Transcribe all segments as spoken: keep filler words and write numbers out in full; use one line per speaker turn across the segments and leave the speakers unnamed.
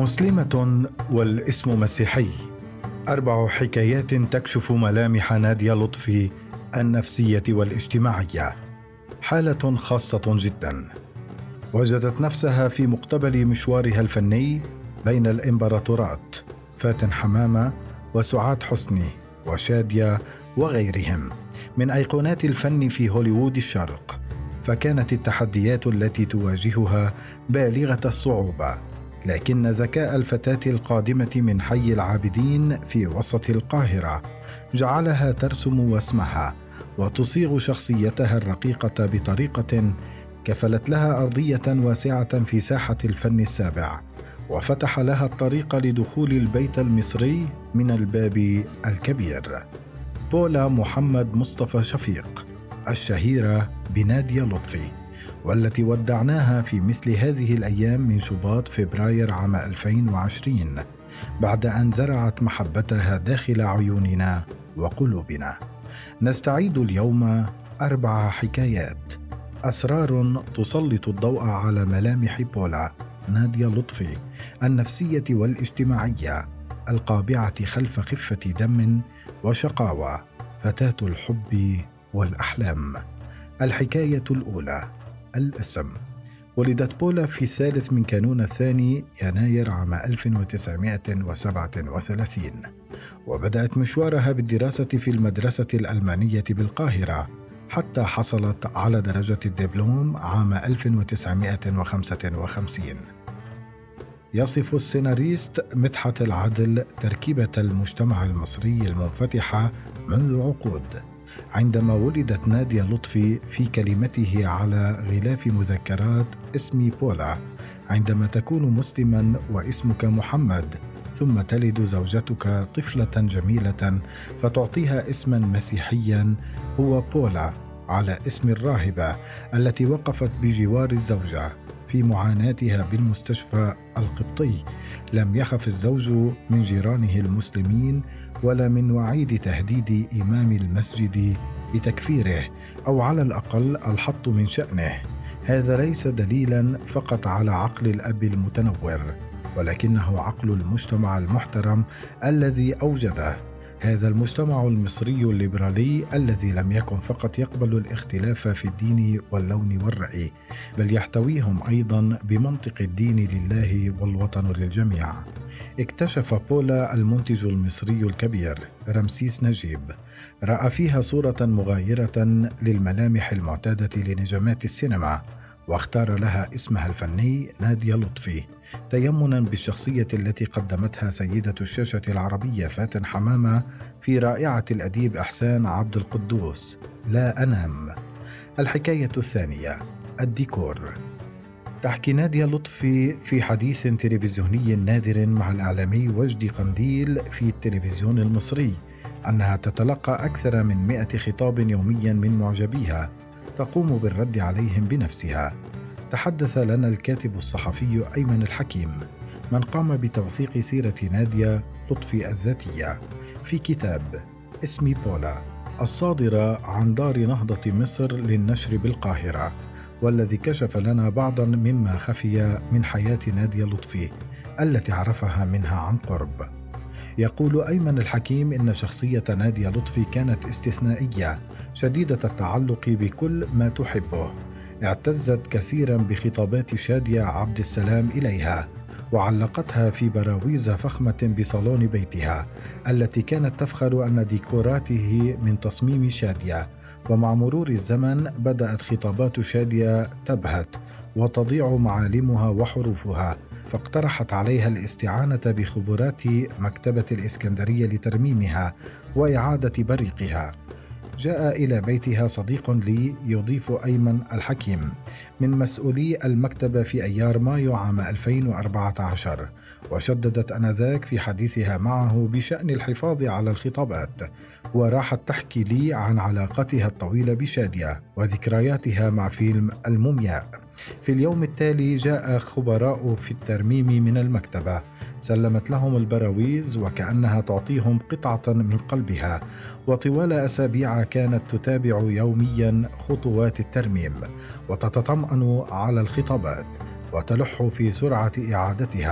مسلمة والاسم مسيحي. أربع حكايات تكشف ملامح نادية لطفي النفسية والاجتماعية. حالة خاصة جدا، وجدت نفسها في مقتبل مشوارها الفني بين الإمبراطورات فاتن حمامة وسعاد حسني وشادية وغيرهم من أيقونات الفن في هوليوود الشرق. فكانت التحديات التي تواجهها بالغة الصعوبة، لكن ذكاء الفتاة القادمة من حي العابدين في وسط القاهرة جعلها ترسم واسمها وتصيغ شخصيتها الرقيقة بطريقة كفلت لها أرضية واسعة في ساحة الفن السابع، وفتح لها الطريق لدخول البيت المصري من الباب الكبير. بولا محمد مصطفى شفيق، الشهيرة بنادية لطفي، والتي ودعناها في مثل هذه الأيام من شباط فبراير عام ألفين وعشرين بعد أن زرعت محبتها داخل عيوننا وقلوبنا. نستعيد اليوم أربع حكايات، أسرار تسلط الضوء على ملامح بولا نادية لطفي النفسية والاجتماعية القابعة خلف خفة دم وشقاوة، فتاة الحب والأحلام. الحكاية الأولى، الاسم. ولدت بولا في الثالث من كانون الثاني يناير عام ألف وتسعمائة وسبعة وثلاثين، وبدأت مشوارها بالدراسة في المدرسة الألمانية بالقاهرة حتى حصلت على درجة الدبلوم عام ألف وتسعمائة وخمسة وخمسين. يصف السيناريست مدحت العدل تركيبة المجتمع المصري المنفتحة منذ عقود عندما ولدت نادية لطفي في كلمته على غلاف مذكرات اسمي بولا. عندما تكون مسلما واسمك محمد، ثم تلد زوجتك طفلة جميلة فتعطيها اسما مسيحيا هو بولا على اسم الراهبة التي وقفت بجوار الزوجة في معاناتها بالمستشفى القبطي. لم يخف الزوج من جيرانه المسلمين ولا من وعيد تهديد إمام المسجد بتكفيره، أو على الأقل الحط من شأنه. هذا ليس دليلا فقط على عقل الأب المتنور، ولكنه عقل المجتمع المحترم الذي أوجده. هذا المجتمع المصري الليبرالي الذي لم يكن فقط يقبل الاختلاف في الدين واللون والرأي، بل يحتويهم أيضا بمنطق الدين لله والوطن للجميع. اكتشف بولا المنتج المصري الكبير رمسيس نجيب، رأى فيها صورة مغايرة للملامح المعتادة لنجمات السينما، واختار لها اسمها الفني نادية لطفي تيمنا بالشخصية التي قدمتها سيدة الشاشة العربية فاتن حمامة في رائعة الأديب إحسان عبد القدوس لا أنام. الحكاية الثانية، الديكور. تحكي نادية لطفي في حديث تلفزيوني نادر مع الإعلامي وجدي قنديل في التلفزيون المصري أنها تتلقى أكثر من مئة خطاب يوميا من معجبيها تقوم بالرد عليهم بنفسها. تحدث لنا الكاتب الصحفي أيمن الحكيم من قام بتوثيق سيرة نادية لطفي الذاتية في كتاب اسمي بولا الصادرة عن دار نهضة مصر للنشر بالقاهرة، والذي كشف لنا بعضا مما خفي من حياة نادية لطفي التي عرفها منها عن قرب. يقول أيمن الحكيم إن شخصية نادية لطفي كانت استثنائية شديدة التعلق بكل ما تحبه. اعتزت كثيرا بخطابات شادية عبد السلام إليها، وعلقتها في براويز فخمة بصالون بيتها التي كانت تفخر أن ديكوراته من تصميم شادية. ومع مرور الزمن بدأت خطابات شادية تبهت وتضيع معالمها وحروفها، فاقترحت عليها الاستعانة بخبرات مكتبة الإسكندرية لترميمها وإعادة بريقها. جاء إلى بيتها صديق لي يضيف أيمن الحكيم من مسؤولي المكتبة في أيار مايو عام ألفين وأربعة عشر، وشددت آنذاك في حديثها معه بشأن الحفاظ على الخطابات، وراحت تحكي لي عن علاقتها الطويلة بشادية وذكرياتها مع فيلم المومياء. في اليوم التالي جاء خبراء في الترميم من المكتبة، سلمت لهم البراويز وكأنها تعطيهم قطعة من قلبها، وطوال أسابيع كانت تتابع يوميا خطوات الترميم وتتطمئن على الخطابات وتلح في سرعة إعادتها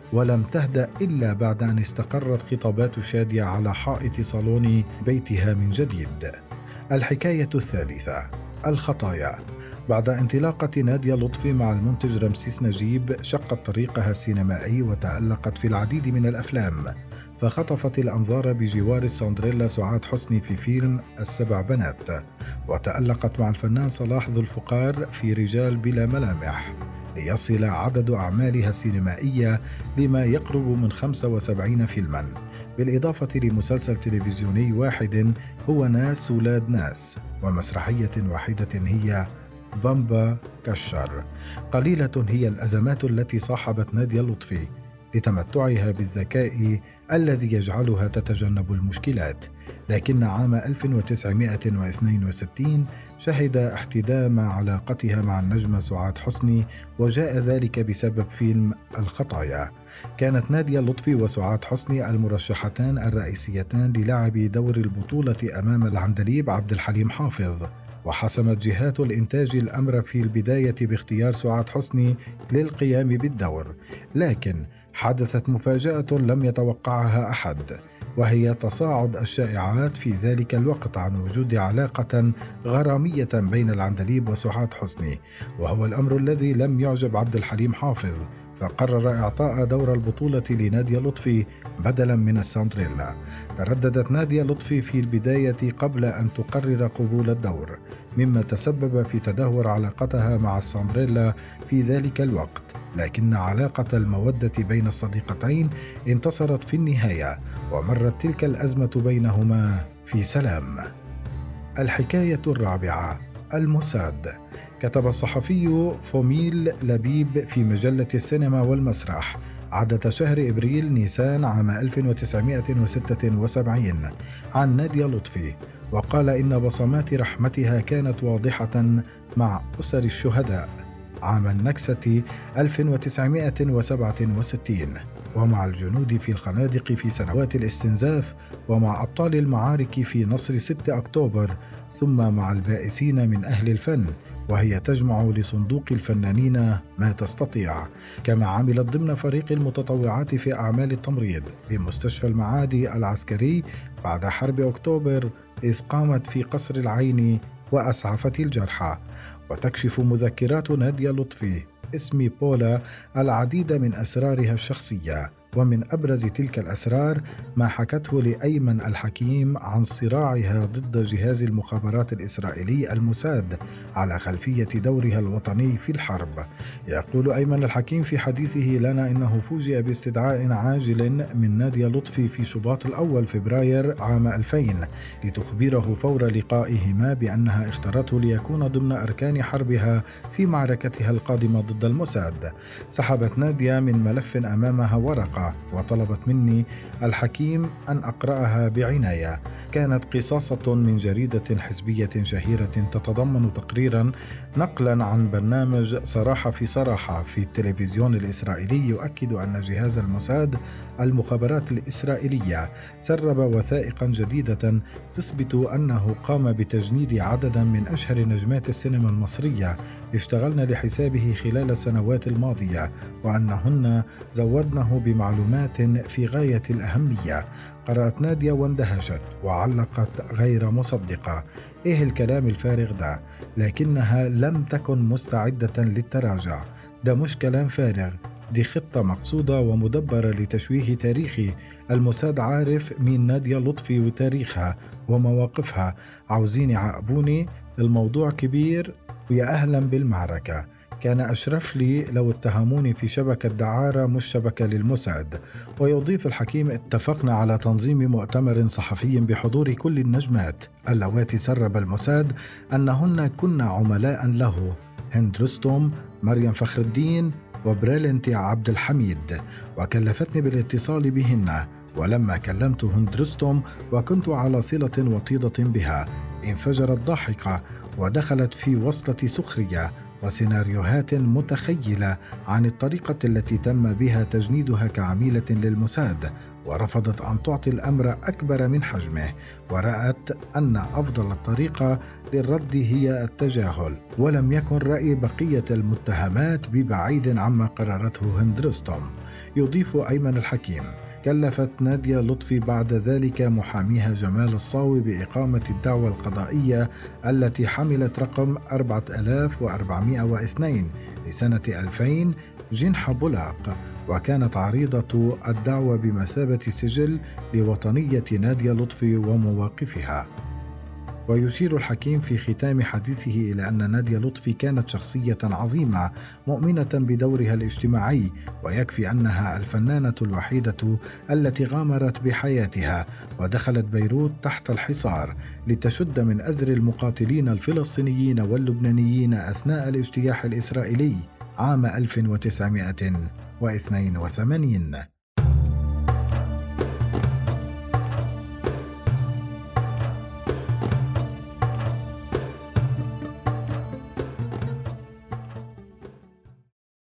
ولم تهدأ إلا بعد أن استقرت خطابات شادية على حائط صالون بيتها من جديد. الحكاية الثالثة: الخطايا. بعد انطلاقة نادية لطفي مع المنتج رمسيس نجيب شقت طريقها السينمائي وتألقت في العديد من الأفلام، فخطفت الأنظار بجوار السندريلا سعاد حسني في فيلم السبع بنات، وتألقت مع الفنان صلاح ذو الفقار في رجال بلا ملامح، ليصل عدد أعمالها السينمائية لما يقرب من خمسة وسبعين فيلما، بالإضافة لمسلسل تلفزيوني واحد هو ناس ولاد ناس، ومسرحية واحدة هي بامبا كشر. قليلة هي الأزمات التي صاحبت نادية لطفي لتمتعها بالذكاء الذي يجعلها تتجنب المشكلات، لكن عام ألف وتسعمائة واثنين وستين شهد احتدام علاقتها مع النجمة سعاد حسني، وجاء ذلك بسبب فيلم الخطايا. كانت نادية لطفي وسعاد حسني المرشحتان الرئيسيتان للعب دور البطولة أمام العندليب عبد الحليم حافظ، وحسمت جهات الإنتاج الأمر في البداية باختيار سعاد حسني للقيام بالدور، لكن حدثت مفاجأة لم يتوقعها أحد، وهي تصاعد الشائعات في ذلك الوقت عن وجود علاقة غرامية بين العندليب وسعاد حسني، وهو الأمر الذي لم يعجب عبد الحليم حافظ، فقرر إعطاء دور البطولة لنادية لطفي بدلا من السندريلا. ترددت نادية لطفي في البداية قبل أن تقرر قبول الدور، مما تسبب في تدهور علاقتها مع السندريلا في ذلك الوقت، لكن علاقة المودة بين الصديقتين انتصرت في النهاية، ومرت تلك الأزمة بينهما في سلام. الحكاية الرابعة: الموساد. كتب الصحفي فوميل لبيب في مجلة السينما والمسرح عادة شهر إبريل نيسان عام ألف وتسعمائة وستة وسبعين عن نادية لطفي، وقال إن بصمات رحمتها كانت واضحة مع أسر الشهداء عام النكسة ألف وتسعمائة وسبعة وستين، ومع الجنود في الخنادق في سنوات الاستنزاف، ومع أبطال المعارك في نصر ستة أكتوبر، ثم مع البائسين من أهل الفن، وهي تجمع لصندوق الفنانين ما تستطيع. كما عملت ضمن فريق المتطوعات في أعمال التمريض بمستشفى المعادي العسكري بعد حرب أكتوبر، إذ قامت في قصر العين وأسعفت الجرحى. وتكشف مذكرات نادية لطفي اسم بولا العديد من أسرارها الشخصية، ومن أبرز تلك الأسرار ما حكته لأيمن الحكيم عن صراعها ضد جهاز المخابرات الإسرائيلي الموساد على خلفية دورها الوطني في الحرب. يقول أيمن الحكيم في حديثه لنا إنه فوجئ باستدعاء عاجل من نادية لطفي في شباط الأول فبراير عام ألفين لتخبره فور لقائهما بأنها اختارته ليكون ضمن أركان حربها في معركتها القادمة ضد الموساد. سحبت نادية من ملف أمامها ورقة وطلبت مني الحكيم أن أقرأها بعناية. كانت قصاصة من جريدة حزبية شهيرة تتضمن تقريرا نقلا عن برنامج صراحة في صراحة في التلفزيون الإسرائيلي يؤكد أن جهاز الموساد المخابرات الإسرائيلية سرب وثائقا جديدة تثبت أنه قام بتجنيد عددا من أشهر نجمات السينما المصرية اشتغلن لحسابه خلال السنوات الماضية، وأنهن زودنه بمعلومات في غاية الأهمية. قرأت نادية واندهشت وعلقت غير مصدقة: إيه الكلام الفارغ ده؟ لكنها لم تكن مستعدة للتراجع. ده مش كلام فارغ، دي خطة مقصودة ومدبرة لتشويه تاريخي. الموساد عارف مين نادية لطفي وتاريخها ومواقفها، عاوزين يعاقبوني، الموضوع كبير ويا أهلا بالمعركة. كان أشرف لي لو اتهموني في شبكة دعارة مش شبكة للموساد. ويضيف الحكيم: اتفقنا على تنظيم مؤتمر صحفي بحضور كل النجمات اللواتي سرب الموساد أنهن كن عملاء له، هند رستم، مريم فخر الدين، وبريلنتي عبد الحميد، وكلفتني بالاتصال بهن. ولما كلمت هند رستم وكنت على صلة وطيدة بها، انفجرت ضاحكة ودخلت في وصلة سخرية وسيناريوهات متخيلة عن الطريقة التي تم بها تجنيدها كعميلة للموساد، ورفضت أن تعطي الأمر أكبر من حجمه، ورأت أن أفضل الطريقة للرد هي التجاهل. ولم يكن رأي بقية المتهمات ببعيد عما قررته هند رستم. يضيف أيمن الحكيم: كلفت نادية لطفي بعد ذلك محاميها جمال الصاوي بإقامة الدعوى القضائية التي حملت رقم أربعة آلاف وأربعمائة واثنين لسنة ألفين جنح بولاق، وكانت عريضة الدعوى بمثابة سجل لوطنية نادية لطفي ومواقفها. ويشير الحكيم في ختام حديثه إلى أن نادية لطفي كانت شخصية عظيمة مؤمنة بدورها الاجتماعي، ويكفي أنها الفنانة الوحيدة التي غامرت بحياتها ودخلت بيروت تحت الحصار لتشد من أزر المقاتلين الفلسطينيين واللبنانيين أثناء الاجتياح الإسرائيلي عام ألف وتسعمائة واثنين وثمانين.